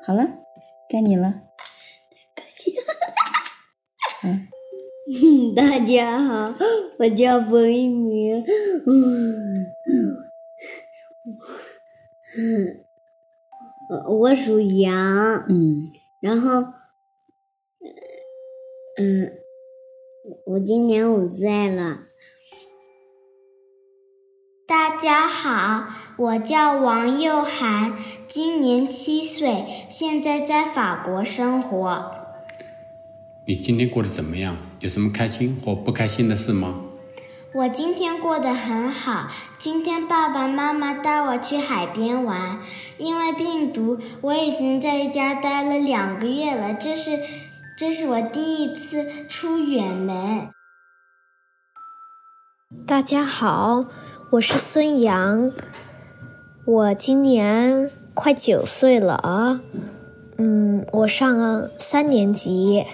好了，该你了。 大家好，我叫冯一鸣。我属羊。然后我今年5岁了。 大家好，我叫王佑涵，今年7岁，现在在法国生活。 你今天过得怎么样？有什么开心或不开心的事吗？ 我今天过得很好，今天爸爸妈妈带我去海边玩。因为病毒，我已经在家待了2个月了，这是我第一次出远门。 大家好，我是孙杨，我今年快9岁了啊。我上3年级。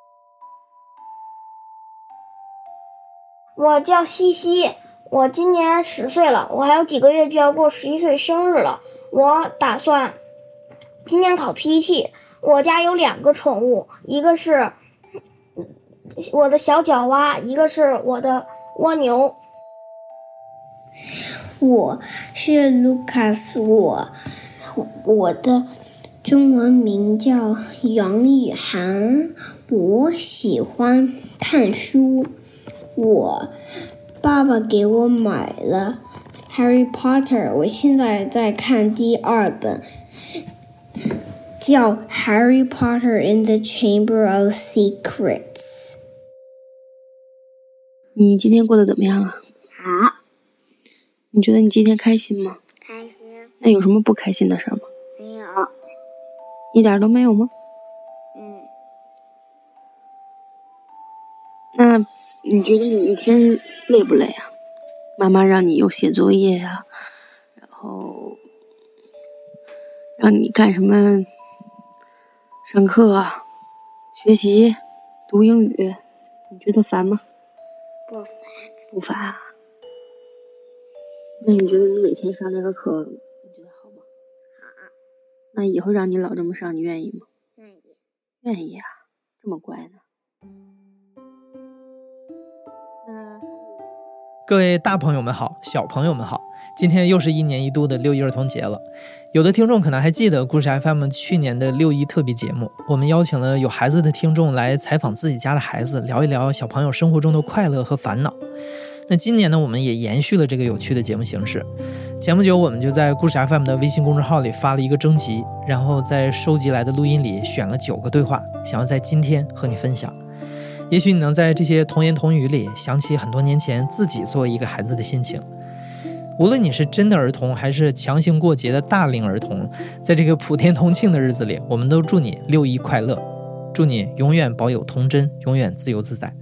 我叫西西，我今年10岁了，我还有几个月就要过11岁生日了。我打算今年考 PET。我家有2个宠物，一个是我的小角蛙，一个是我的蜗牛。 我是卢卡斯，我的中文名叫杨雨涵，我喜欢看书。我爸爸给我买了 Harry Potter， 我现在在看第2本，叫 Harry Potter in the Chamber of Secrets。 你今天过得怎么样啊？ 好。 你觉得你今天开心吗？ 开心。 那有什么不开心的事吗？ 没有。 一点都没有吗？那你觉得你一天累不累啊？妈妈让你又写作业啊，然后让你干什么上课啊、学习、读英语，你觉得烦吗？ 不烦。 不烦啊？那你觉得你每天上那个课，你觉得好吗？ 好。 那以后让你老这么上，你愿意吗？ 愿意。 愿意啊，这么乖呢。 各位大朋友们好，小朋友们好，今天又是1年1度的6一儿童节了。有的听众可能还记得故事 FM 去年的6一特别节目，我们邀请了有孩子的听众来采访自己家的孩子，聊一聊小朋友生活中的快乐和烦恼。那今年呢，我们也延续了这个有趣的节目形式。前不久我们就在故事 FM 的微信公众号里发了一个征集，然后在收集来的录音里选了9个对话，想要在今天和你分享。也许你能在这些童言童语里想起很多年前自己作为一个孩子的心情。无论你是真的儿童还是强行过节的大龄儿童，在这个普天同庆的日子里，我们都祝你6一快乐，祝你永远保有童真，永远自由自在。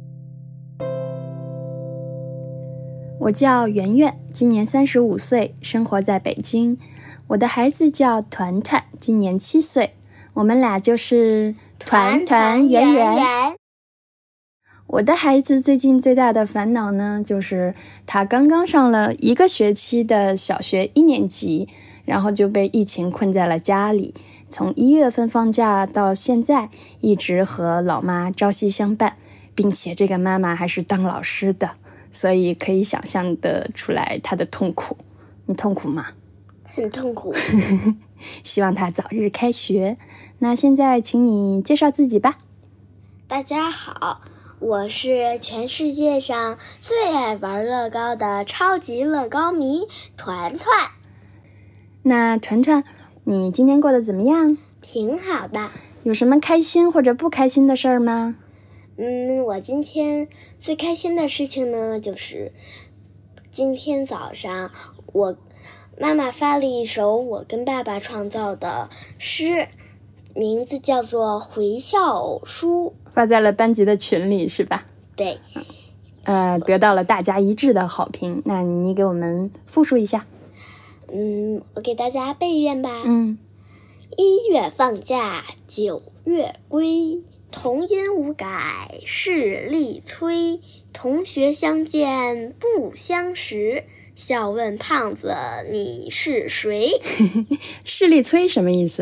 我叫圆圆，今年35岁，生活在北京。我的孩子叫团团，今年7岁，我们俩就是团团圆圆。我的孩子最近最大的烦恼呢，就是他刚刚上了1个学期的小学1年级，然后就被疫情困在了家里，从1月份放假到现在，一直和老妈朝夕相伴，并且这个妈妈还是当老师的，所以可以想象得出来他的痛苦。你痛苦吗？ 很痛苦。 希望他早日开学。那现在请你介绍自己吧。 大家好，我是全世界上最爱玩乐高的超级乐高迷团团。 那团团，你今天过得怎么样？ 挺好的。 有什么开心或者不开心的事儿吗？ 我今天最开心的事情呢，就是今天早上我妈妈发了一首我跟爸爸创造的诗，名字叫做《回校偶书》， 发在了班级的群里是吧？ 对。 得到了大家一致的好评。那你给我们复述一下。 我给大家背一遍吧。 1 月放假9月归，童音无改视力催，同学相见不相识，笑问胖子你是谁？ 视力催什么意思啊？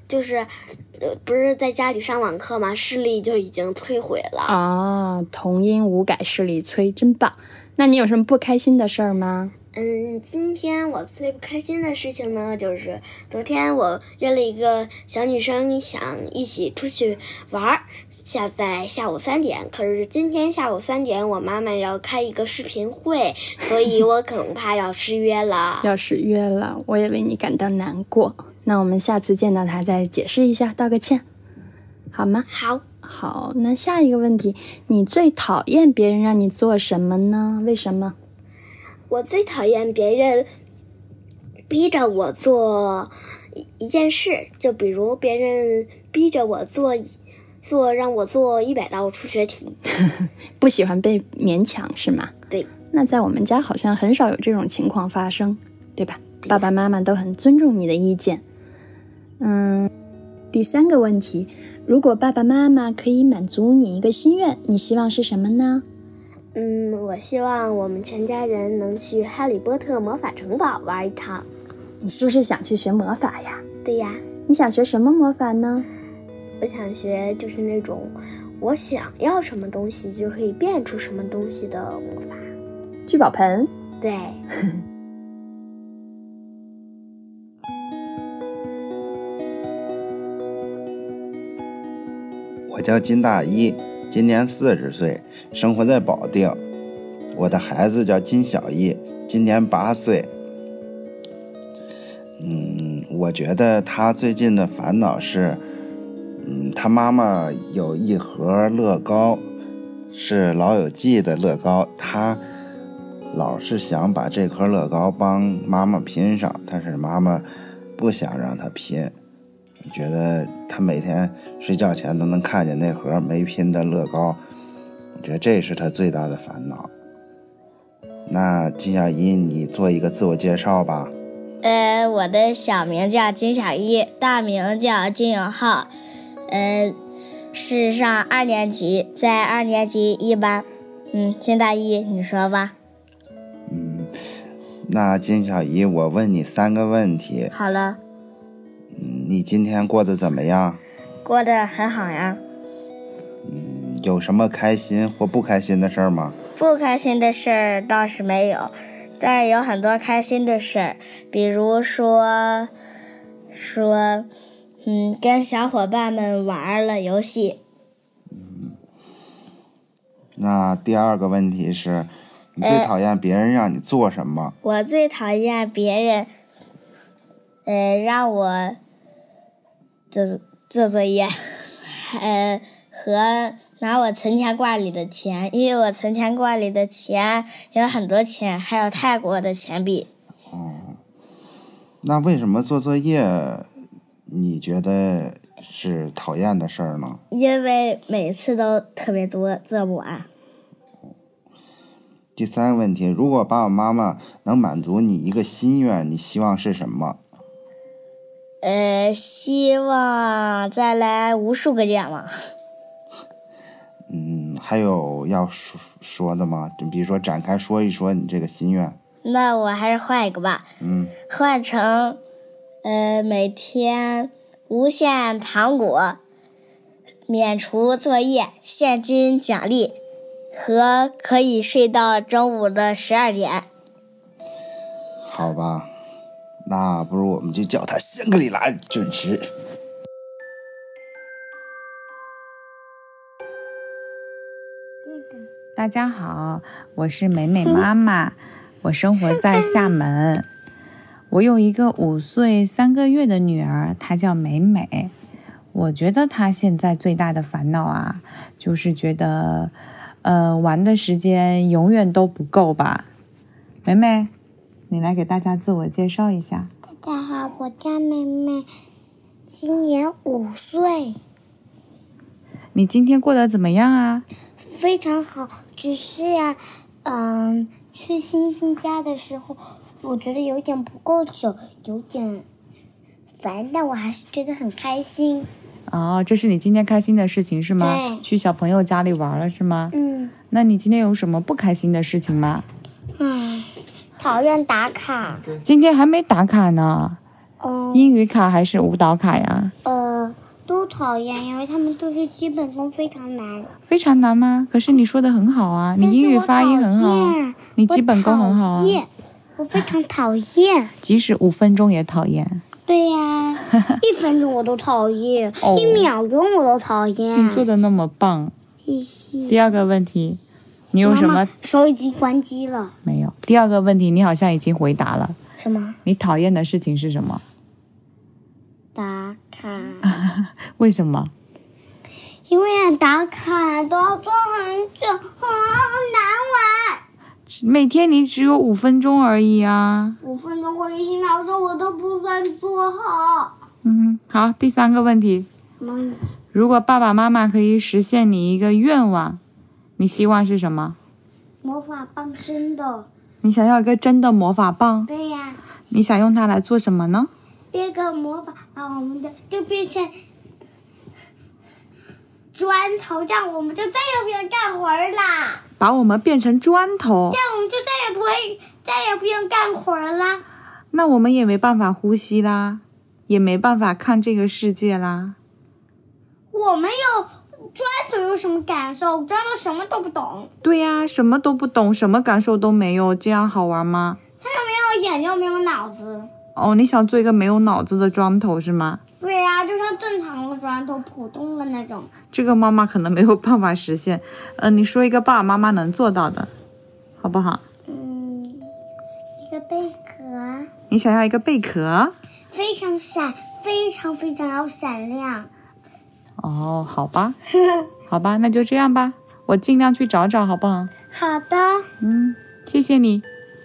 就是不是在家里上网课吗？视力就已经摧毁了。 啊，童音无改，视力摧，真棒。那你有什么不开心的事儿吗？ 今天我最不开心的事情呢，就是昨天我约了一个小女生，想一起出去玩儿，在下午3点。可是今天下午3点，我妈妈要开一个视频会，所以我恐怕要失约了。 要失约了，我也为你感到难过。那我们下次见到她再解释一下，道个歉，好吗？好，那下一个问题，你最讨厌别人让你做什么呢？为什么？ 我最讨厌别人逼着我做一件事，就比如别人逼着我让我做100道数学题。 不喜欢被勉强是吗？ 对。 那在我们家好像很少有这种情况发生，对吧？爸爸妈妈都很尊重你的意见。第3个问题，如果爸爸妈妈可以满足你一个心愿，你希望是什么呢？ 我希望我们全家人能去哈利波特魔法城堡玩一趟。 你是不是想去学魔法呀？ 对呀。 你想学什么魔法呢？ 我想学就是那种我想要什么东西就可以变出什么东西的魔法。 聚宝盆？ 对。 我叫金大一，今年40岁，生活在保定。我的孩子叫金小一，今年8岁。我觉得他最近的烦恼是，他妈妈有一盒乐高，是老友记的乐高，他老是想把这颗乐高帮妈妈拼上，但是妈妈不想让他拼。觉得他每天睡觉前都能看见那盒没拼的乐高，我觉得这是他最大的烦恼。那金小一，你做一个自我介绍吧。 我的小名叫金小一，大名叫金永浩，是上2年级，在2年级1班。金大一，你说吧。 那金小一，我问你3个问题。 好了。 你今天过得怎么样？ 过得很好呀。 有什么开心或不开心的事儿吗？ 不开心的事儿倒是没有，但是有很多开心的事儿，比如说跟小伙伴们玩了游戏。 那第2个问题是，你最讨厌别人让你做什么？ 我最讨厌别人让我做作业，和拿我存钱罐里的钱，因为我存钱罐里的钱有很多钱，还有泰国的钱币。 那为什么做作业你觉得是讨厌的事儿呢？ 因为每次都特别多，做不完。 第3个问题，如果爸爸妈妈能满足你一个心愿，你希望是什么？ 希望再来无数个愿望。 还有要说的吗？就比如说展开说一说你这个心愿。 那我还是换一个吧。换成每天无限糖果，免除作业，现金奖励，和可以睡到中午的12点。 好吧，那不如我们就叫他香格里拉准时。 大家好，我是美美妈妈，我生活在厦门。我有一个5岁3个月的女儿，她叫美美。我觉得她现在最大的烦恼啊，就是觉得玩的时间永远都不够吧。美美，你来给大家自我介绍一下。 大家好，我叫美美，今年5岁。 你今天过得怎么样啊？ 非常好，只是呀，去星星家的时候，我觉得有点不够久，有点烦，但我还是觉得很开心。 哦，这是你今天开心的事情是吗？ 对。 去小朋友家里玩了是吗？那你今天有什么不开心的事情吗？ 讨厌打卡。 今天还没打卡呢， 英语卡还是舞蹈卡呀？ 都讨厌，因为他们都是基本功非常难。 非常难吗？可是你说的很好啊，你英语发音很好，你基本功很好啊。 我非常讨厌。 即使5分钟也讨厌。 对呀，1分钟我都讨厌，1秒钟我都讨厌。 你做的那么棒。第二个问题，你有什么？ 妈妈手已经关机了。 没有。第二个问题，你好像已经回答了。 什么？ 你讨厌的事情是什么？ 打卡。 为什么？ 因为打卡都要做很久，好难玩。 每天你只有5分钟而已啊。 5分钟或者1秒钟我都不算做好。 好，第3个问题。如果爸爸妈妈可以实现你一个愿望，你希望是什么？ 魔法棒真的。 你想要一个真的魔法棒？ 对呀。 你想用它来做什么呢？ 这个魔法把我们的就变成砖头，这样我们就再也不用干活啦。 把我们变成砖头， 这样我们就再也不用干活啦。 那我们也没办法呼吸啦，也没办法看这个世界啦。 我们有砖头有什么感受？砖头什么都不懂。 对呀，什么都不懂，什么感受都没有，这样好玩吗？ 它又没有眼睛，没有脑子。 你想做一个没有脑子的砖头是吗？ 对呀，就像正常的砖头，普通的那种。 这个妈妈可能没有办法实现。你说一个爸爸妈妈能做到的，好不好？ 一个贝壳。 你想要一个贝壳？ 非常闪，非常非常要闪亮。 好吧，好吧，那就这样吧，我尽量去找找，好不好？ 好的。 谢谢你。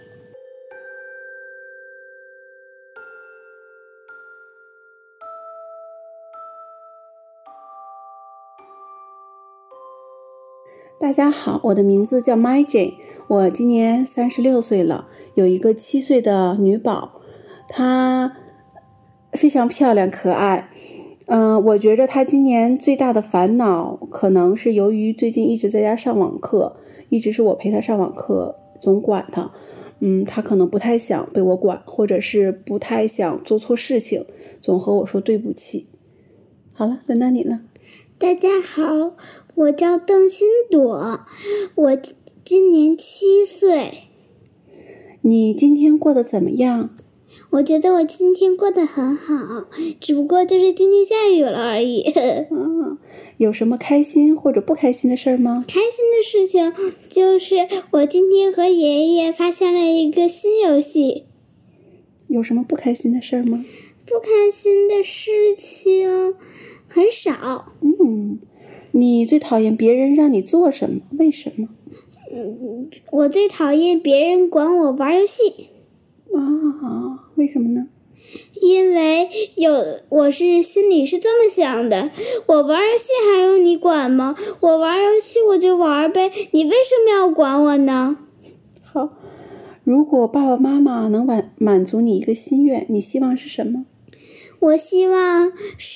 大家好，我的名字叫 MyJ， 我今年36岁了，有一个7岁的女宝，她非常漂亮可爱。我觉着她今年最大的烦恼可能是由于最近一直在家上网课，一直是我陪她上网课，总管她。她可能不太想被我管，或者是不太想做错事情，总和我说对不起。好了，轮到你了。 大家好，我叫邓心朵，我今年7岁。 你今天过得怎么样？ 我觉得我今天过得很好，只不过就是今天下雨了而已。 有什么开心或者不开心的事吗？ 开心的事情就是我今天和爷爷发现了一个新游戏。 有什么不开心的事吗？ 不开心的事情很少。 你最讨厌别人让你做什么？为什么？ 我最讨厌别人管我玩游戏。 为什么呢？ 因为我心里是这么想的，我玩游戏还用你管吗？我玩游戏我就玩呗，你为什么要管我呢？ 好，如果爸爸妈妈能满足你一个心愿，你希望是什么？ 我希望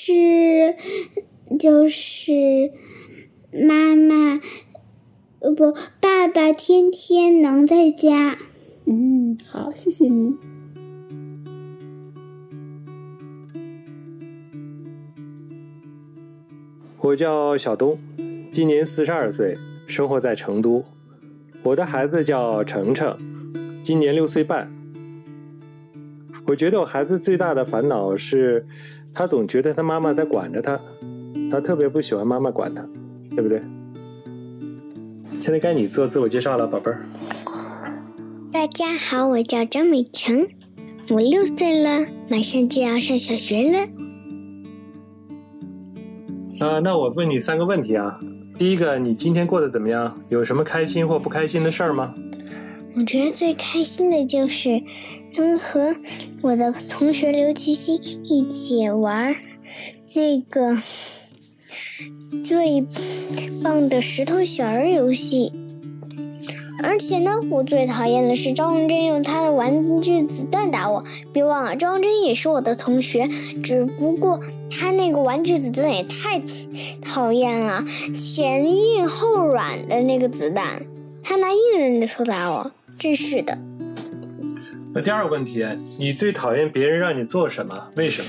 就是爸爸天天能在家。 好，谢谢你。 我叫小东，今年42岁，生活在成都。我的孩子叫程程，今年6岁半。我觉得我孩子最大的烦恼是，他总觉得他妈妈在管着他，他特别不喜欢妈妈管他，对不对？现在该你做自我介绍了，宝贝儿。 大家好，我叫张美成，我6岁了，马上就要上小学了。 那我问你3个问题啊。第一个，你今天过得怎么样？有什么开心或不开心的事儿吗？ 我觉得最开心的就是能和我的同学刘琪欣一起玩那个最棒的石头小人游戏。而且呢，我最讨厌的是赵文珍用他的玩具子弹打我。别忘了，赵文珍也是我的同学，只不过他那个玩具子弹也太讨厌了，前硬后软的那个子弹，他拿硬的头打我，真是的。 那第二个问题，你最讨厌别人让你做什么？为什么？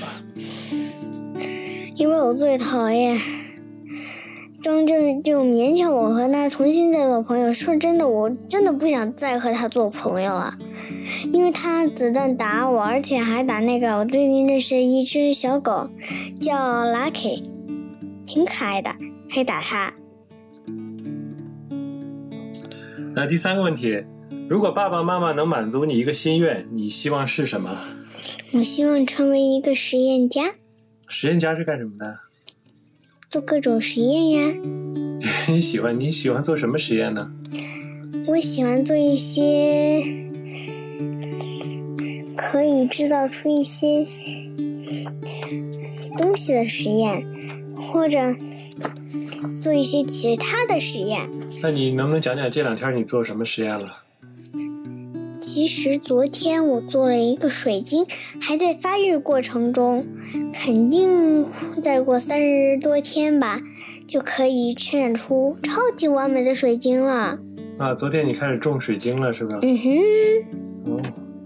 因为我最讨厌张震就勉强我和他重新再做朋友。说真的，我真的不想再和他做朋友了，因为他子弹打我，而且还打那个我最近认识的一只小狗，叫 Lucky， 挺可爱的，还打他。 那第三个问题，如果爸爸妈妈能满足你一个心愿，你希望是什么？ 我希望成为一个实验家。 实验家是干什么的？ 做各种实验呀。 你喜欢做什么实验呢？ 我喜欢做一些可以制造出一些东西的实验，或者做一些其他的实验。 那你能不能讲讲这2天你做什么实验了？ 其实昨天我做了一个水晶，还在发育过程中，肯定再过30多天吧，就可以生产出超级完美的水晶了。 啊，昨天你开始种水晶了是吧？哦，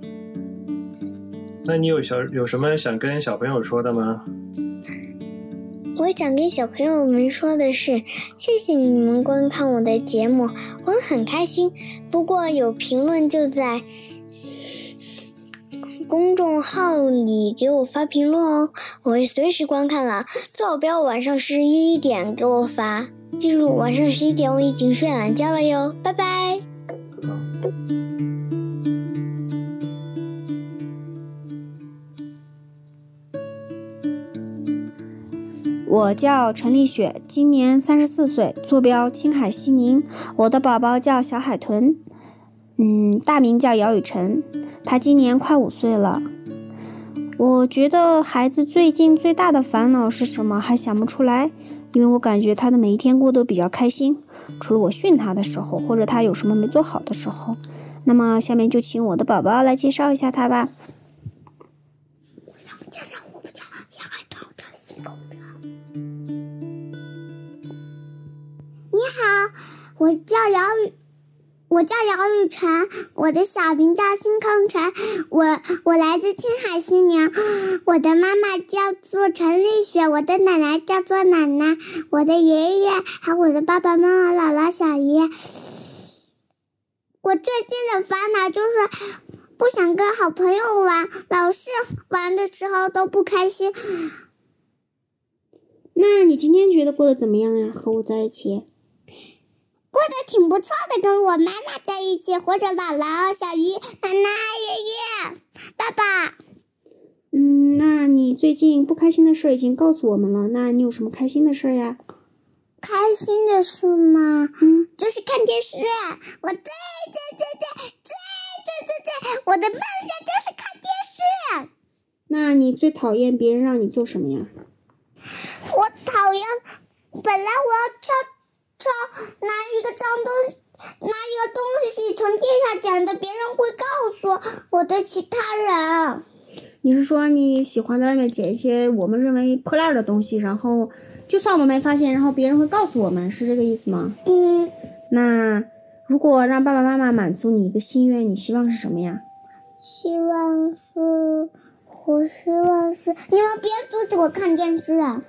那你有什么想跟小朋友说的吗？ 我想跟小朋友们说的是，谢谢你们观看我的节目，我很开心。不过有评论就在公众号里给我发评论哦，我会随时观看了，最好不要晚上11点给我发，记住晚上11点我已经睡懒觉了哟，拜拜。 我叫陈丽雪，今年34岁，坐标青海西宁。我的宝宝叫小海豚，大名叫姚雨晨，他今年快5岁了。我觉得孩子最近最大的烦恼是什么，还想不出来，因为我感觉他的每一天过得比较开心，除了我训他的时候，或者他有什么没做好的时候。那么下面就请我的宝宝来介绍一下他吧。 你好，我叫姚雨晨，我的小名叫辛康晨，我来自青海西宁，我的妈妈叫做陈丽雪，我的奶奶叫做奶奶，我的爷爷还有我的爸爸妈妈、姥姥、小姨。我最近的烦恼就是不想跟好朋友玩，老是玩的时候都不开心。 那你今天觉得过得怎么样呀？和我在一起？ 过得挺不错的，跟我妈妈在一起，或者姥姥、小姨、奶奶、爷爷、爸爸。 那你最近不开心的事已经告诉我们了，那你有什么开心的事呀？ 开心的事吗？就是看电视。我最，我的梦想就是看电视。 那你最讨厌别人让你做什么呀？ 我讨厌，本来我要拿一个东西从地上捡的，别人会告诉我的其他人。 你是说你喜欢在外面捡一些我们认为破烂的东西，然后就算我们没发现，然后别人会告诉我们，是这个意思吗？那如果让爸爸妈妈满足你一个心愿，你希望是什么呀？ 我希望是你们别阻止我看电视啊！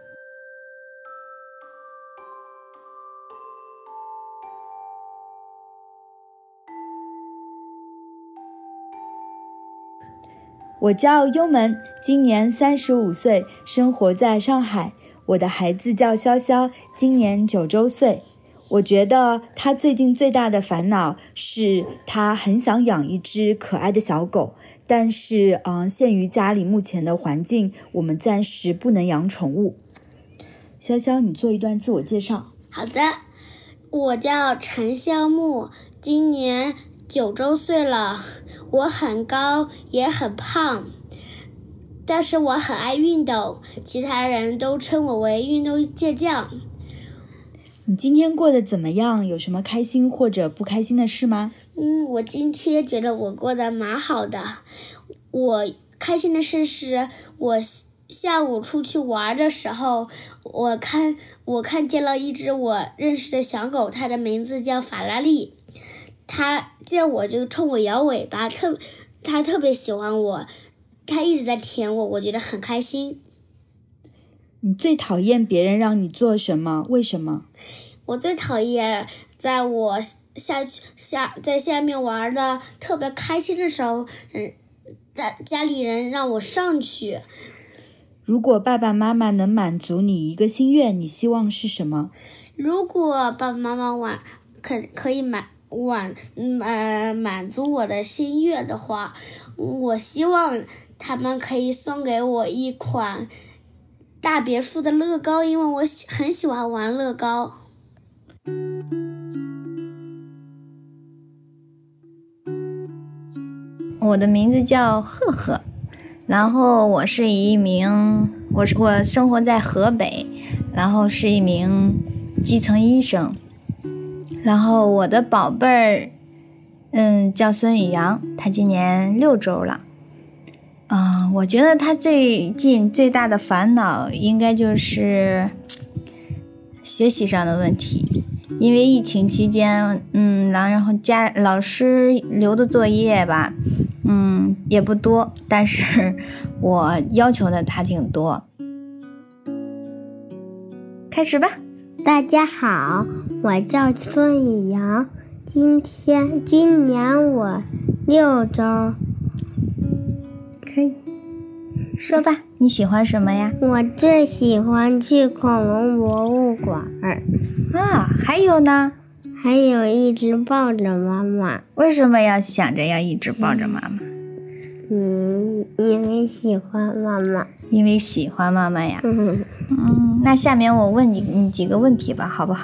我叫幽门，今年35岁，生活在上海。我的孩子叫潇潇，今年9周岁。我觉得他最近最大的烦恼是他很想养一只可爱的小狗，但是限于家里目前的环境，我们暂时不能养宠物。潇潇，你做一段自我介绍。 好的，我叫陈潇木，今年9周岁了。我很高也很胖，但是我很爱运动，其他人都称我为运动健将。 你今天过得怎么样？有什么开心或者不开心的事吗？ 我今天觉得我过得蛮好的。我开心的事是我下午出去玩的时候，我看见了一只我认识的小狗，它的名字叫法拉利。它见我就冲我摇尾巴， 他特别喜欢我，他一直在舔我，我觉得很开心。 你最讨厌别人让你做什么？为什么？ 我最讨厌在我在下面玩的特别开心的时候，家里人让我上去。 如果爸爸妈妈能满足你一个心愿，你希望是什么？ 如果爸爸妈妈可以满足我的心愿的话，我希望他们可以送给我一款大别墅的乐高，因为我很喜欢玩乐高。 我的名字叫赫赫，然后我生活在河北，然后是一名基层医生。然后我的宝贝儿，叫孙宇阳，他今年6周了。我觉得他最近最大的烦恼应该就是学习上的问题，因为疫情期间，然后老师留的作业吧，也不多，但是我要求的他挺多。开始吧。 大家好，我叫孙宇阳，今年我6周。 可以说吧，你喜欢什么呀？ 我最喜欢去恐龙博物馆啊。还有呢？ 还有一直抱着妈妈。 为什么要想着要一直抱着妈妈？ 因为喜欢妈妈。 因为喜欢妈妈呀。那下面我问你几个问题吧，好不好？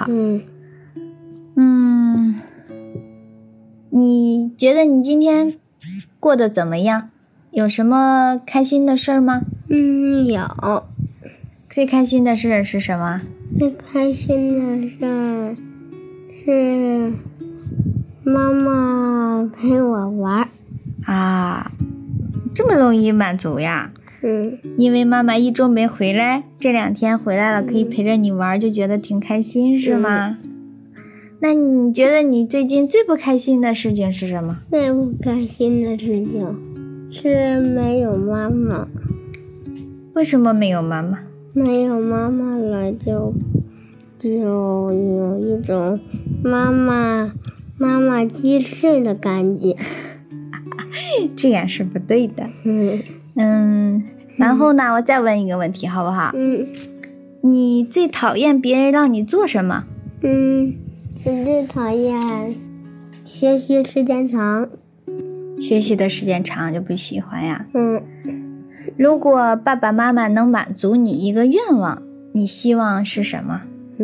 你觉得你今天过得怎么样？有什么开心的事儿吗？ 有。 最开心的事是什么？ 最开心的事是妈妈陪我玩。 啊，这么容易满足呀？因为妈妈1周没回来，这2天回来了，可以陪着你玩，就觉得挺开心，是吗？那你觉得你最近最不开心的事情是什么？ 最不开心的事情是没有妈妈。 为什么没有妈妈？ 没有妈妈了，就有一种妈妈鸡翅的感觉。 这样是不对的。然后呢，我再问一个问题，好不好？你最讨厌别人让你做什么？ 我最讨厌学习时间长。 学习的时间长就不喜欢呀？如果爸爸妈妈能满足你一个愿望，你希望是什么？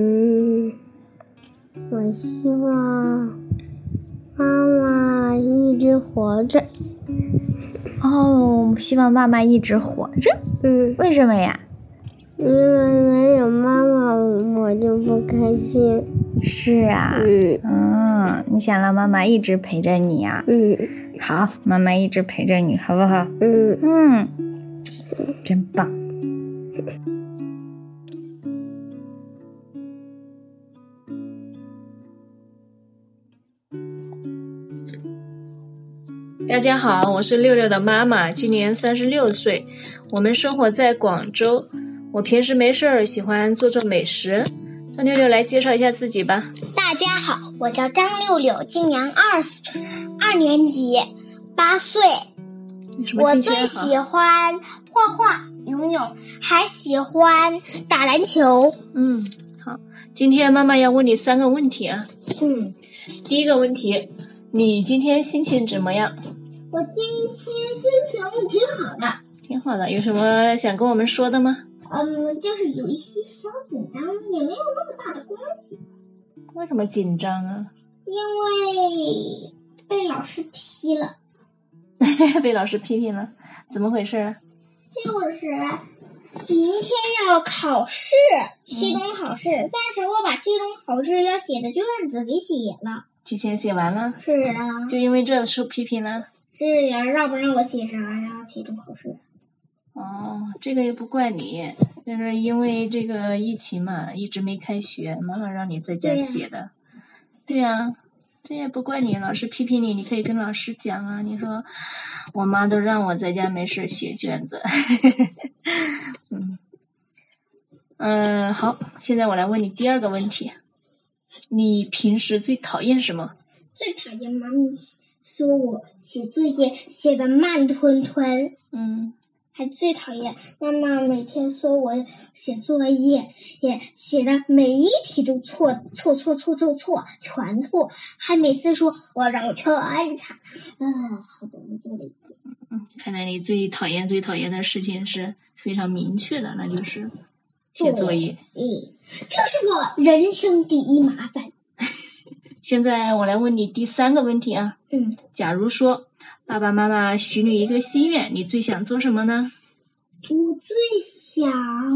我希望妈妈一直活着。 希望妈妈一直活着。为什么呀？ 因为没有妈妈我就不开心。 是啊。你想让妈妈一直陪着你啊？好，妈妈一直陪着你，好不好？真棒。 大家好，我是六六的妈妈，今年36岁，我们生活在广州。我平时没事儿喜欢做美食，让六六来介绍一下自己吧。 大家好，我叫张六六，今年2年级，8岁。我最喜欢画画、游泳，还喜欢打篮球。 好，今天妈妈要问你3个问题啊。第一个问题，你今天心情怎么样？ 我今天心情挺好的。 挺好的，有什么想跟我们说的吗？ 就是有一些小紧张，也没有那么大的关系。 为什么紧张啊？ 因为被老师批了。 被老师批评了，怎么回事啊？ 就是明天要考试，期中考试，但是我把期中考试要写的卷子给写了。 提前写完了？ 是啊。 就因为这受批评了？ 是呀，让不让我写啥呀？期中考试。 这个也不怪你，就是因为这个疫情嘛，一直没开学，妈妈让你在家写的。对呀。 这也不怪你，老师批评你，你可以跟老师讲啊。你说我妈都让我在家没事写卷子。好，现在我来问你第二个问题，你平时最讨厌什么？ 最讨厌妈咪说我写作业写得慢吞吞。还最讨厌妈妈每天说我写作业也写的每一题都错，全错，还每次说我让我全惨。好不容易做了一个。 看来你最讨厌的事情是非常明确的，那就是写作业。 这是我人生第一麻烦。 现在我来问你第三个问题啊。假如说爸爸妈妈许你一个心愿，你最想做什么呢？ 我最想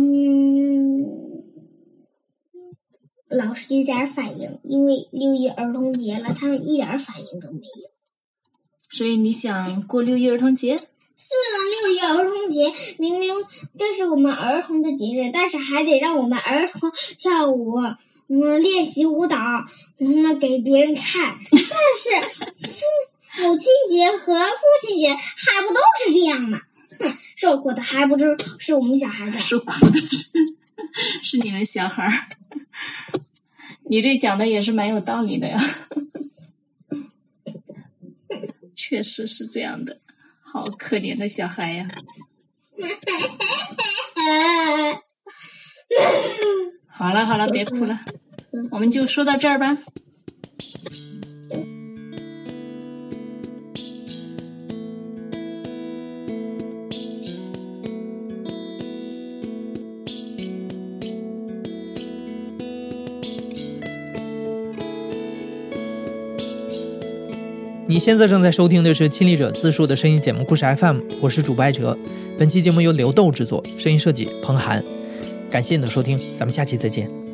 老师有点反应，因为6一儿童节了，他们一点反应都没有。 所以你想过6一儿童节？ 是啊，6一儿童节明明这是我们儿童的节日，但是还得让我们儿童跳舞，练习舞蹈，给别人看。但是母亲节和父亲节还不都是这样吗？受苦的还不是我们小孩子， 受苦的是你们小孩。你这讲的也是蛮有道理的呀。确实是这样的，好可怜的小孩呀。好了，别哭了，我们就说到这儿吧。 你现在正在收听的是亲历者自述的声音节目故事 FM， 我是主播艾哲。本期节目由刘豆制作，声音设计彭涵。感谢你的收听，咱们下期再见。